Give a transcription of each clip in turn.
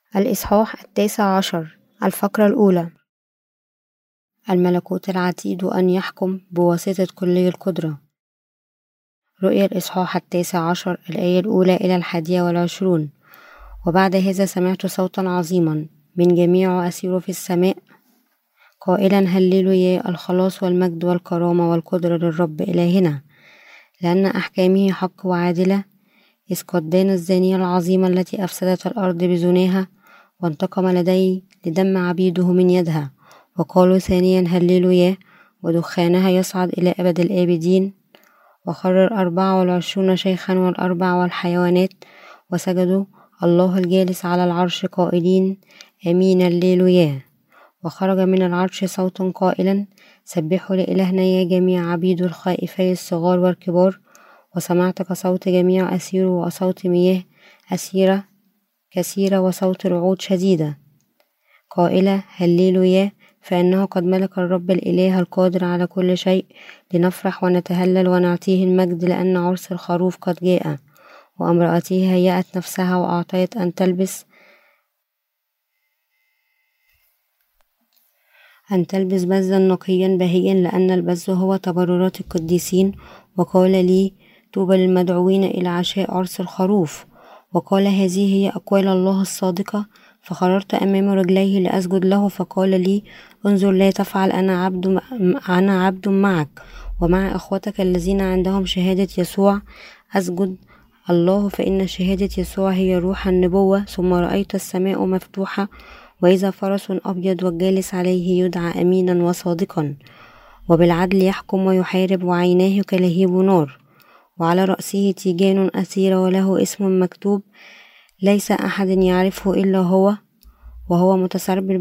الإصحاح 19. الفقرة الأولى. الملكوت العتيد أن يحكم بواسطة كلي القدرة. رؤيا الإصحاح 19 الآية الأولى إلى 21. وبعد هذا سمعت صوتا عظيما من جميع أسير في السماء قائلا: هللويا، الخلاص والمجد والكرامة والقدرة للرب إلهنا، لأن أحكامه حق وعادلة، إذ قد دان الزانية العظيمة التي أفسدت الأرض بزناها، وانتقم لدم عبيده من يدها. وقالوا ثانيا: هللويا، ودخانها يصعد إلى أبد الآبدين. وخر 24 شيخا والأربع والحيوانات وسجدوا الله الجالس على العرش قائلين: آمين، هللويا. وخرج من العرش صوت قائلا: سبحوا لإلهنا يا جميع عبيد الخائفين الصغار والكبار. وسمعت كصوت جميع أسير وصوت مياه أسيرة كثيرة وصوت رعود شديدة قائلة: هللويا، فإنه قد ملك الرب الإله القادر على كل شيء. لنفرح ونتهلل ونعطيه المجد، لأن عرس الخروف قد جاء، وامرأته هيأت نفسها وأعطيت أن تلبس بزا نقيا بهيا، لأن البز هو تبررات القديسين. وقال لي: طوبى للمدعوين إلى عشاء عرس الخروف. وقال: هذه هي أقوال الله الصادقة. فخررت أمام رجليه لأسجد له، فقال لي: انظر، لا تفعل، أنا عبد معك ومع أخوتك الذين عندهم شهادة يسوع. أسجد الله، فإن شهادة يسوع هي روح النبوة. ثم رأيت السماء مفتوحة، وإذا فرس أبيض والجالس عليه يدعى أمينا وصادقا، وبالعدل يحكم ويحارب، وعيناه كلهيب نار، وعلى رأسه تيجان أثيرة، وله اسم مكتوب ليس أحد يعرفه إلا هو، وهو متسربل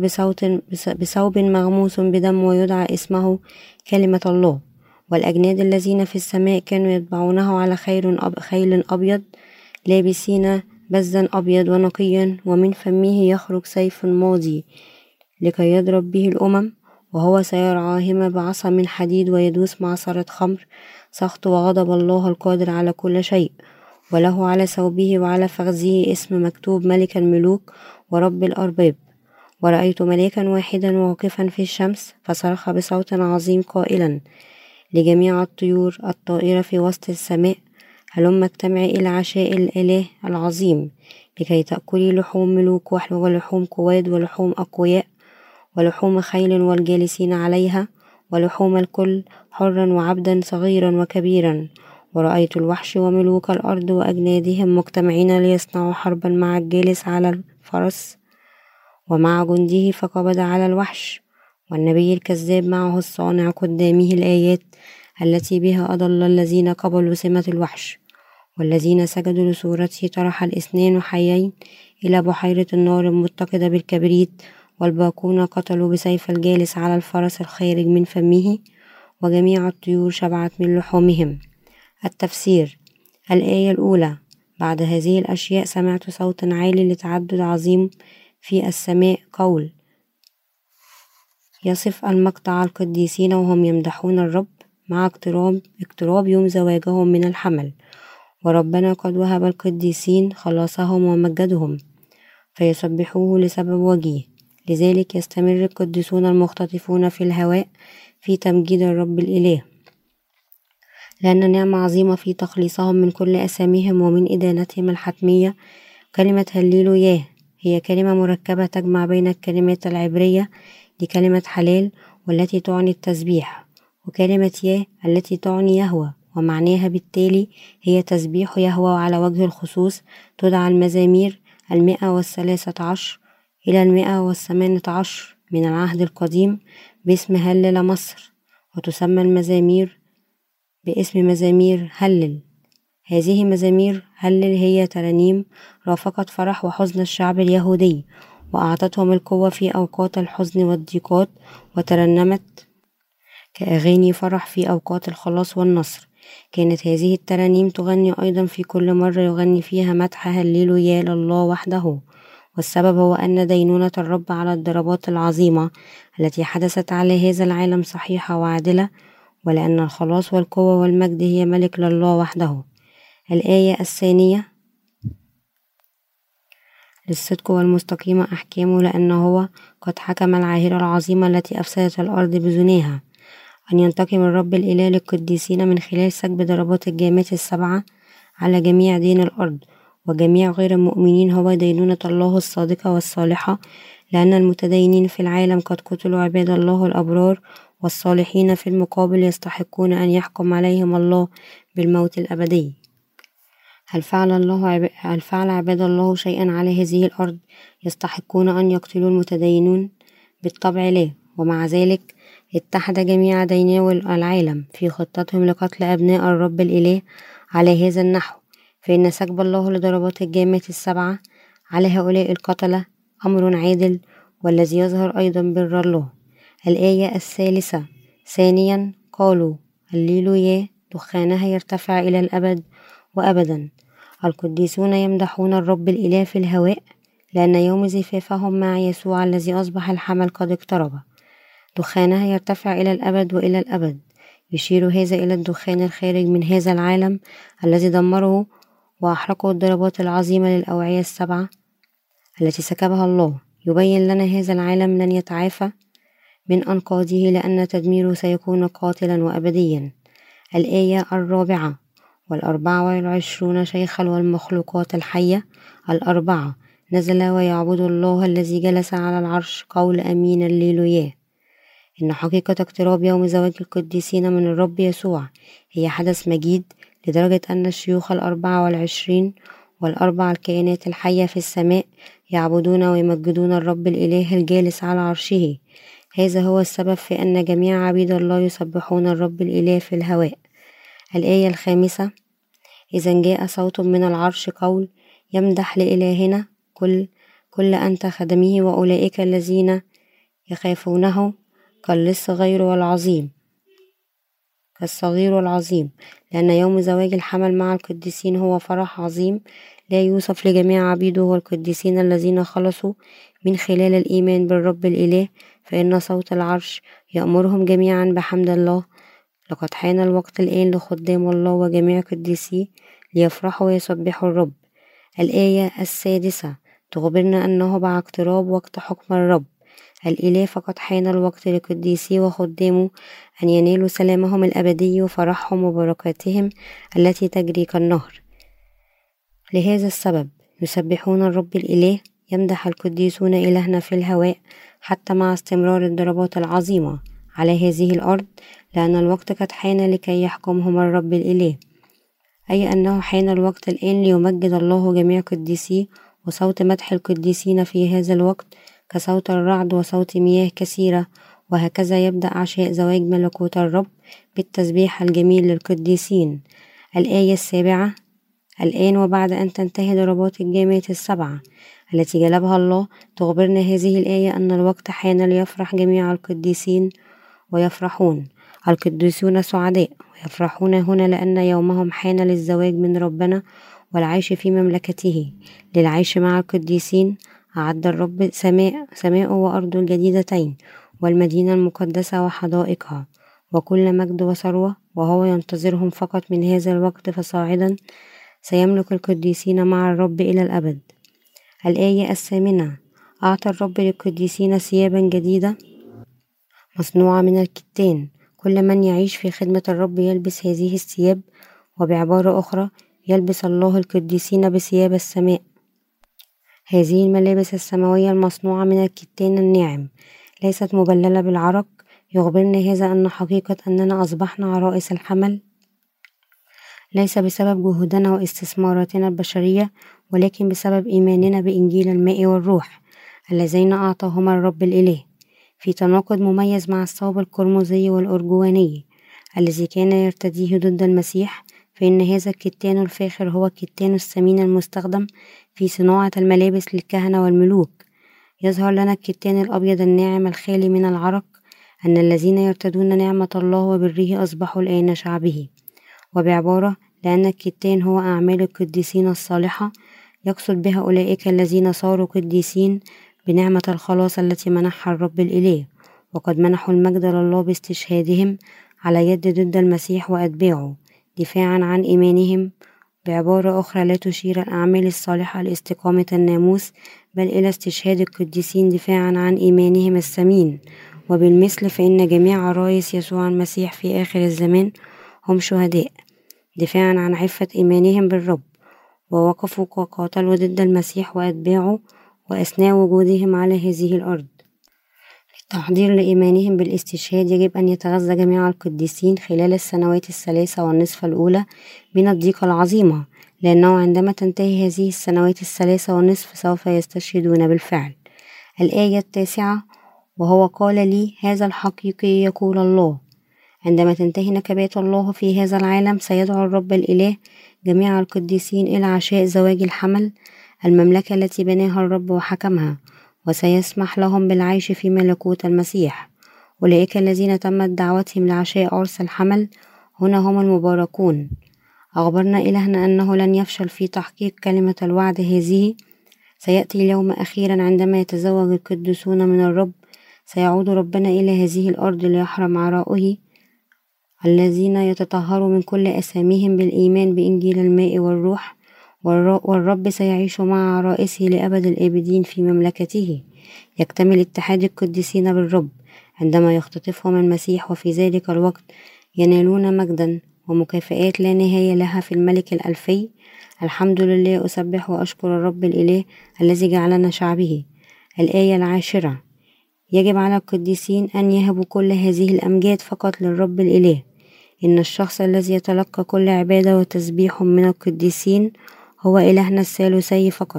بثوب مغموس بدم، ويدعى اسمه كلمة الله. والأجناد الذين في السماء كانوا يتبعونه على خيل أبيض، لابسين بزا أبيض ونقيا، ومن فمه يخرج سيف ماضي لكي يضرب به الأمم، وهو سيرعاهما بعصا من حديد، ويدوس معصرة خمر، سخط وغضب الله القادر على كل شيء. وله على ثوبه وعلى فخذه اسم مكتوب: ملك الملوك ورب الأرباب. ورأيت ملاكا واحدا واقفا في الشمس، فصرخ بصوت عظيم قائلا لجميع الطيور الطائرة في وسط السماء: هلم اجتمعي إلى عشاء الإله العظيم، لكي تأكلي لحوم ملوك ولحوم قواد ولحوم أقوياء ولحوم خيل والجالسين عليها، ولحوم الكل، حرا وعبدا صغيرا وكبيرا. ورأيت الوحش وملوك الأرض وأجنادهم مجتمعين ليصنعوا حربا مع الجالس على الفرس ومع جنده، فقبض على الوحش والنبي الكذاب معه الصانع قدامه الآيات التي بها أضل الذين قبلوا سمة الوحش. والذين سجدوا لصورته طرح الإثنين حيين إلى بحيرة النار المتقدة بالكبريت، والباقون قتلوا بسيف الجالس على الفرس الخارج من فمه، وجميع الطيور شبعت من لحومهم. التفسير. الآية الأولى: بعد هذه الأشياء سمعت صوتا عالي لتعدد عظيم في السماء قول يصف المقطع القديسين وهم يمدحون الرب مع اقتراب يوم زواجهم من الحمل، وربنا قد وهب القديسين خلاصهم ومجدهم، فيسبحوه لسبب وجهه. لذلك يستمر القديسون المختطفون في الهواء في تمجيد الرب الإله، لأن نعمة عظيمة في تخليصهم من كل أثامهم ومن إدانتهم الحتمية. كلمة هللويا هي كلمة مركبة تجمع بين الكلمات العبرية لكلمة حلال والتي تعني التسبيح، وكلمة ياه التي تعني يهوى، ومعناها بالتالي هي تسبيح يهوى. وعلى وجه الخصوص تدعى المزامير 113 إلى 118 من العهد القديم باسم هلل مصر، وتسمى المزامير باسم مزامير هلل. هذه مزامير هلل هي ترانيم رافقت فرح وحزن الشعب اليهودي، وأعطتهم القوة في أوقات الحزن والضيقات، وترنمت كأغاني فرح في أوقات الخلاص والنصر. كانت هذه الترانيم تغني أيضا في كل مرة يغني فيها مدح هللويا لله وحده، والسبب هو أن دينونة الرب على الضربات العظيمة التي حدثت على هذا العالم صحيحة وعادلة، ولأن الخلاص والقوة والمجد هي ملك لله وحده. الآية الثانية: للصدق والمستقيمة أحكامه، لأنه هو قد حكم العاهرة العظيمة التي أفسدت الأرض بزناها. أن ينتقم الرب الإله للقديسين من خلال سكب ضربات الجامات السبعة على جميع دين الأرض وجميع غير المؤمنين هو دينونة الله الصادقة والصالحة، لأن المتدينين في العالم قد قتلوا عباد الله الأبرار، والصالحين في المقابل يستحقون أن يحكم عليهم الله بالموت الأبدي. هل فعل عباد الله شيئا على هذه الأرض يستحقون أن يقتلوا المتدينون؟ بالطبع لا، ومع ذلك اتحد جميع ديناوي العالم في خطتهم لقتل أبناء الرب الإله على هذا النحو، فإن سكب الله لضربات الجامات السبعة على هؤلاء القتلة أمر عادل، والذي يظهر أيضا بر الله. الآية الثالثة: ثانيا قالوا هللويا، دخانها يرتفع إلى الأبد وأبدا. القديسون يمدحون الرب الإله في الهواء، لأن يوم زفافهم مع يسوع الذي أصبح الحمل قد اقترب. دخانها يرتفع إلى الأبد وإلى الأبد، يشير هذا إلى الدخان الخارج من هذا العالم الذي دمره وأحرقه الضربات العظيمة للأوعية السبعة التي سكبها الله. يبين لنا هذا العالم لن يتعافى من أنقاضه، لأن تدميره سيكون قاتلا وأبديا. الآية الرابعة: وال24 شيخا والمخلوقات الحية الأربعة نزل ويعبد الله الذي جلس على العرش، قول أمين الليلويا. إن حقيقة اقتراب يوم زواج القديسين من الرب يسوع هي حدث مجيد، لدرجة أن الشيوخ 24 والأربع الكائنات الحية في السماء يعبدون ويمجدون الرب الإله الجالس على عرشه. هذا هو السبب في أن جميع عبيد الله يسبحون الرب الإله في الهواء. الآية الخامسة: إذا جاء صوت من العرش قول يمدح لإلهنا كل أنت خدمه وأولئك الذين يخافونه كالصغير والعظيم، لأن يوم زواج الحمل مع القديسين هو فرح عظيم لا يوصف لجميع عبيده والقديسين الذين خلصوا من خلال الإيمان بالرب الإله، فإن صوت العرش يأمرهم جميعا بحمد الله. لقد حان الوقت الآن لخدام الله وجميع قديسيه ليفرحوا ويسبحوا الرب. الآية السادسة تخبرنا أنه بعد اقتراب وقت حكم الرب الإله فقد حان الوقت لقديسيه وخدامه أن ينالوا سلامهم الأبدي وفرحهم وبركاتهم التي تجري كالنهر. لهذا السبب يسبحون الرب الإله. يمدح القديسون إلهنا في الهواء حتى مع استمرار الضربات العظيمة على هذه الأرض، لأن الوقت قد حان لكي يحكمهم الرب الإله، أي أنه حان الوقت الآن ليمجد الله جميع قديسيه. وصوت مدح القديسين في هذا الوقت كصوت الرعد وصوت مياه كثيرة، وهكذا يبدأ عشاء زواج ملكوت الرب بالتسبيح الجميل للقديسين. الآية السابعة: الآن وبعد أن تنتهي ضربات الجامات السبعة التي جلبها الله، تخبرنا هذه الآية أن الوقت حان ليفرح جميع القديسين ويفرحون. القديسون سعداء ويفرحون هنا، لأن يومهم حان للزواج من ربنا والعيش في مملكته. للعيش مع القديسين أعد الرب سماء وأرض الجديدتين، والمدينة المقدسة وحدائقها، وكل مجد وثروة، وهو ينتظرهم فقط من هذا الوقت فصاعدا. سيملك القديسين مع الرب إلى الأبد. الآية الثامنة: أعطى الرب للقديسين ثيابا جديدة مصنوعة من الكتان. كل من يعيش في خدمة الرب يلبس هذه الثياب، وبعبارة أخرى يلبس الله القديسين بثياب السماء. هذه الملابس السماوية المصنوعة من الكتان الناعم ليست مبللة بالعرق. يخبرنا هذا أن حقيقة أننا أصبحنا عرائس الحمل ليس بسبب جهودنا واستثماراتنا البشرية، ولكن بسبب إيماننا بإنجيل الماء والروح اللذين أعطاهما الرب الإله، في تناقض مميز مع الثوب القرمزي والأرجواني الذي كان يرتديه ضد المسيح. فإن هذا الكتان الفاخر هو الكتان الثمين المستخدم في صناعة الملابس للكهنة والملوك. يظهر لنا الكتان الأبيض الناعم الخالي من العرق أن الذين يرتدون نعمة الله وبره أصبحوا الآن شعبه. وبعبارة، لأن الكتان هو أعمال القديسين الصالحة، يقصد بها أولئك الذين صاروا قديسين بنعمة الخلاص التي منحها الرب الإله، وقد منحوا المجد لله باستشهادهم على يد ضد المسيح وأتباعه دفاعا عن إيمانهم بعبارة أخرى لا تشير الأعمال الصالحة لاستقامة الناموس، بل إلى استشهاد القديسين دفاعا عن إيمانهم الثمين. وبالمثل فإن جميع عرايس يسوع المسيح في آخر الزمان هم شهداء دفاعا عن عفة إيمانهم بالرب، ووقفوا وقاتلوا ضد المسيح وأتباعه وأثناء وجودهم على هذه الأرض. للتحضير لإيمانهم بالاستشهاد يجب أن يتغذى جميع القديسين خلال السنوات الثلاثة والنصف الأولى من الضيقة العظيمة، لأنه عندما تنتهي هذه السنوات الثلاثة والنصف سوف يستشهدون بالفعل. الآية 9: وهو قال لي هذا الحقيقي يقول الله، عندما تنتهي نكبات الله في هذا العالم سيدعو الرب الإله جميع القديسين إلى عشاء زواج الحمل، المملكة التي بناها الرب وحكمها، وسيسمح لهم بالعيش في ملكوت المسيح. أولئك الذين تمت دعوتهم لعشاء عرس الحمل هنا هم المباركون. أخبرنا إلهنا أنه لن يفشل في تحقيق كلمة الوعد هذه. سيأتي اليوم أخيرا عندما يتزوج القديسون من الرب، سيعود ربنا إلى هذه الأرض ليحرم عرائه الذين يتطهروا من كل أثامهم بالإيمان بإنجيل الماء والروح، والرب سيعيش مع عرائسه لأبد الآبدين في مملكته. يكتمل اتحاد القديسين بالرب عندما يختطفهم المسيح، وفي ذلك الوقت ينالون مجدا ومكافآت لا نهاية لها في الملك الألفي. الحمد لله، أسبح وأشكر الرب الإله الذي جعلنا شعبه. الآية 10: يجب على القديسين أن يهبوا كل هذه الأمجاد فقط للرب الإله. إن الشخص الذي يتلقى كل عبادة وتسبيح من القديسين هو إلهنا الثالوثي فقط.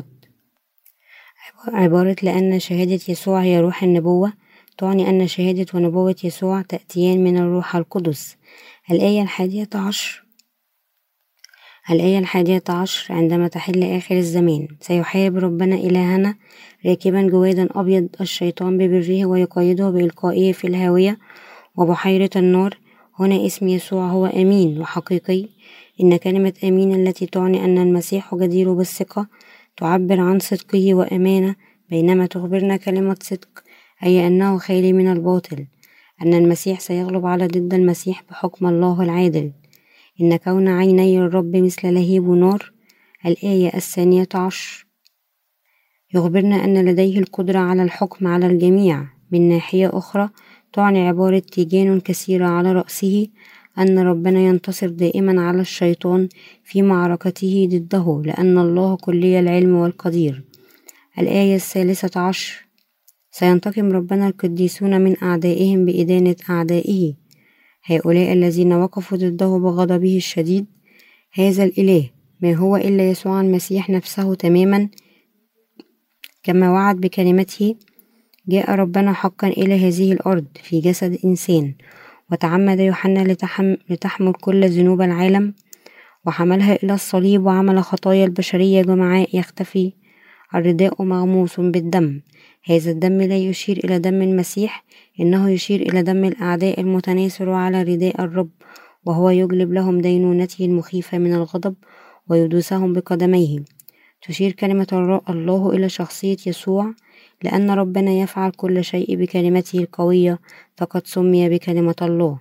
عبارة لأن شهادة يسوع هي روح النبوة تعني أن شهادة ونبوة يسوع تأتيان من الروح القدس. الآية 11: عندما تحل آخر الزمان سيحارب ربنا إلهنا راكبا جوادا أبيض الشيطان ببره ويقيده بإلقائه في الهاوية وبحيرة النار. هنا اسم يسوع هو أمين وحقيقي. إن كلمة أمين التي تعني أن المسيح جدير بالثقة تعبر عن صدقه وأمانة، بينما تخبرنا كلمة صدق أي أنه خالي من الباطل، أن المسيح سيغلب على ضد المسيح بحكم الله العادل. إن كون عيني الرب مثل لهيب نار. الآية 12 يخبرنا أن لديه القدرة على الحكم على الجميع. من ناحية أخرى تعني عبارة تيجان كثيرة على رأسه أن ربنا ينتصر دائما على الشيطان في معركته ضده، لأن الله كلي العلم والقدير. الآية 13 سينتقم ربنا القديسون من أعدائهم بإدانة أعدائه، هؤلاء الذين وقفوا ضده بغضبه الشديد. هذا الإله ما هو إلا يسوع المسيح نفسه تماما، كما وعد بكلمته. جاء ربنا حقا إلى هذه الأرض في جسد إنسان، وتعمد يوحنا لتحمل كل ذنوب العالم، وحملها إلى الصليب وعمل خطايا البشرية جمعاء يختفي الرداء مغموس بالدم. هذا الدم لا يشير إلى دم المسيح، إنه يشير إلى دم الأعداء المتناثر على رداء الرب، وهو يجلب لهم دينونته المخيفة من الغضب ويدوسهم بقدميه. تشير كلمة الله إلى شخصية يسوع، لأن ربنا يفعل كل شيء بكلمته القوية، فقد سمي بكلمة الله.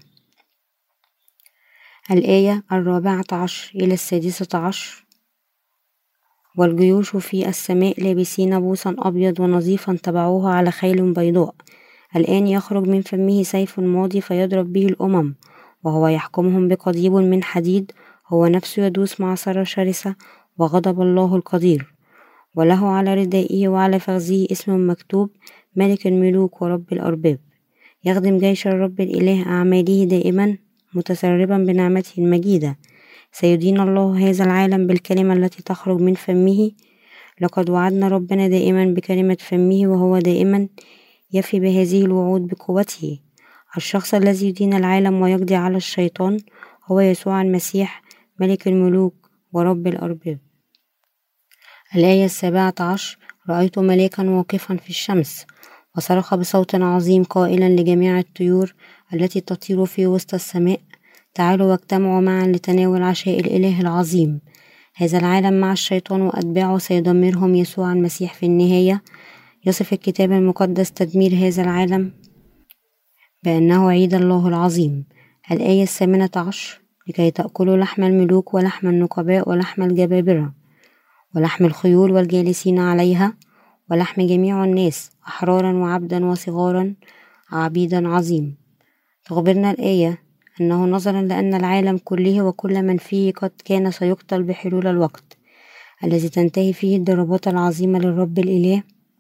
الآية 14 إلى 16 والجيوش في السماء لابسين بوسا أبيض ونظيفا تبعوها على خيل بيضاء. الآن يخرج من فمه سيف ماضي فيضرب به الأمم، وهو يحكمهم بقضيب من حديد. هو نفسه يدوس معصرة شرسة وغضب الله القدير. وله على ردائه وعلى فخذه اسم مكتوب ملك الملوك ورب الأرباب. يخدم جيش الرب الإله أعماله دائما متسربا بنعمته المجيدة. سيدين الله هذا العالم بالكلمة التي تخرج من فمه. لقد وعدنا ربنا دائما بكلمة فمه، وهو دائما يفي بهذه الوعود بقوته. الشخص الذي يدين العالم ويقضي على الشيطان هو يسوع المسيح ملك الملوك ورب الأرباب. الآية 17 رأيت ملاكا واقفا في الشمس، وصرخ بصوت عظيم قائلا لجميع الطيور التي تطير في وسط السماء: تعالوا واجتمعوا معا لتناول عشاء الإله العظيم. هذا العالم مع الشيطان وأتباعه سيدمرهم يسوع المسيح في النهاية. يصف الكتاب المقدس تدمير هذا العالم بأنه عيد الله العظيم. الآية 18 لكي تأكلوا لحم الملوك ولحم النقباء ولحم الجبابرة ولحم الخيول والجالسين عليها ولحم جميع الناس أحرارا وعبدا وصغارا عبيدا عظيم. تخبرنا الآية أنه نظرا لأن العالم كله وكل من فيه قد كان سيقتل بحلول الوقت الذي تنتهي فيه الضربات العظيمة للرب الإله،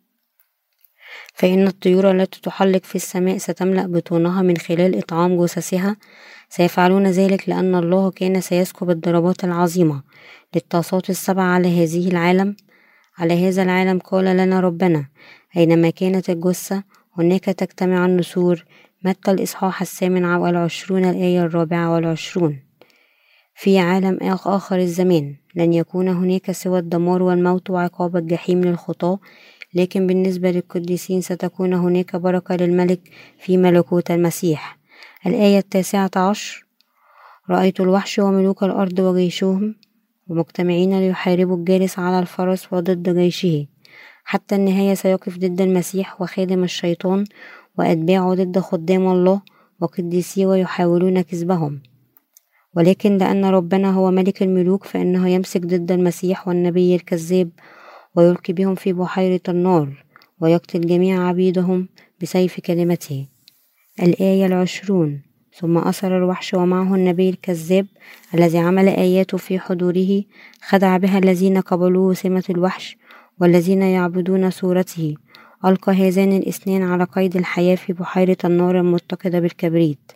فإن الطيور التي تحلق في السماء ستملأ بطونها من خلال إطعام جثثها. سيفعلون ذلك لأن الله كان سيسكب الضربات العظيمة للطاسات السبع على هذا العالم. قال لنا ربنا: أينما كانت الجثة هناك تجتمع النسور. متى الإصحاح 28 الآية 24. في عالم آخر الزمان لن يكون هناك سوى الدمار والموت وعقاب الجحيم للخطاة، لكن بالنسبة للقديسين ستكون هناك بركة للملك في ملكوت المسيح. الآية 19: رأيت الوحش وملوك الأرض وجيشهم ومجتمعين ليحاربوا الجالس على الفرس وضد جيشه. حتى النهاية سيقف ضد المسيح وخادم الشيطان وأتباعه ضد خدام الله وقديسيه ويحاولون كسبهم. ولكن لأن ربنا هو ملك الملوك فإنه يمسك ضد المسيح والنبي الكذاب ويلقي بهم في بحيرة النار ويقتل جميع عبيدهم بسيف كلمته. الآية 20: ثم أسر الوحش ومعه النبي الكذاب الذي عمل آياته في حضوره، خدع بها الذين قبلوه سمة الوحش والذين يعبدون صورته. ألقى هذان الاثنين على قيد الحياة في بحيرة النار المتقدة بالكبريت.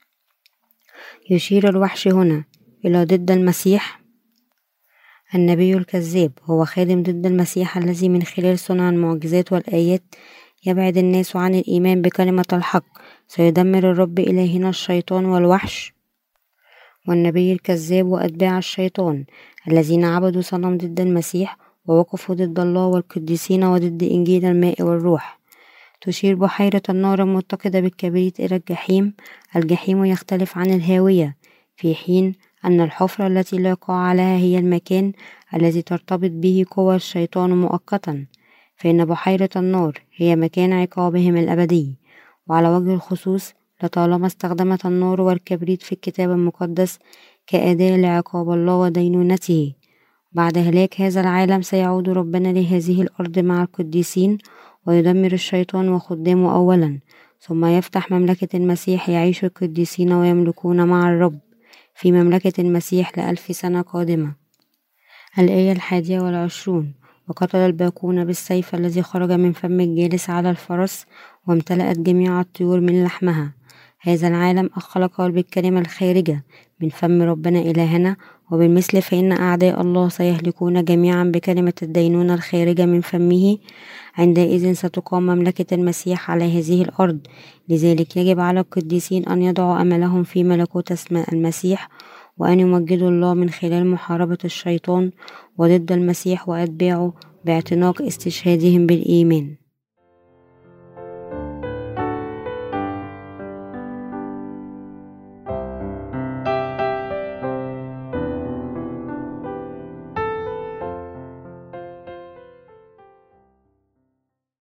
يشير الوحش هنا إلى ضد المسيح. النبي الكذاب هو خادم ضد المسيح الذي من خلال صنع المعجزات والآيات يبعد الناس عن الإيمان بكلمة الحق. سيدمر الرب إلهنا الشيطان والوحش والنبي الكذاب وأتباع الشيطان الذين عبدوا صنم ضد المسيح ووقفوا ضد الله والقديسين وضد إنجيل الماء والروح. تشير بحيرة النار المتقدة بالكبريت إلى الجحيم. الجحيم يختلف عن الهاوية، في حين أن الحفرة التي لا قاع لها هي المكان الذي ترتبط به قوى الشيطان مؤقتا، فإن بحيرة النار هي مكان عقابهم الأبدي. وعلى وجه الخصوص لطالما استخدمت النار والكبريت في الكتاب المقدس كأداة لعقاب الله ودينونته. بعد هلاك هذا العالم سيعود ربنا لهذه الأرض مع القديسين ويدمر الشيطان وخدامه أولا، ثم يفتح مملكة المسيح يعيش القديسين ويملكون مع الرب في مملكة المسيح ل1000 سنة قادمة. الآية 21: وقتل الباقون بالسيف الذي خرج من فم الجالس على الفرس وامتلأت جميع الطيور من لحمها. هذا العالم خلقه بالكلمة الخارجة من فم ربنا إلهنا، وبالمثل فإن أعداء الله سيهلكون جميعا بكلمة الدينونة الخارجة من فمه. عندئذ ستقام مملكة المسيح على هذه الأرض. لذلك يجب على القديسين أن يضعوا أملهم في ملكوت اسماء المسيح وأن يمجدوا الله من خلال محاربة الشيطان وضد المسيح وأتباعه باعتناق استشهادهم بالإيمان.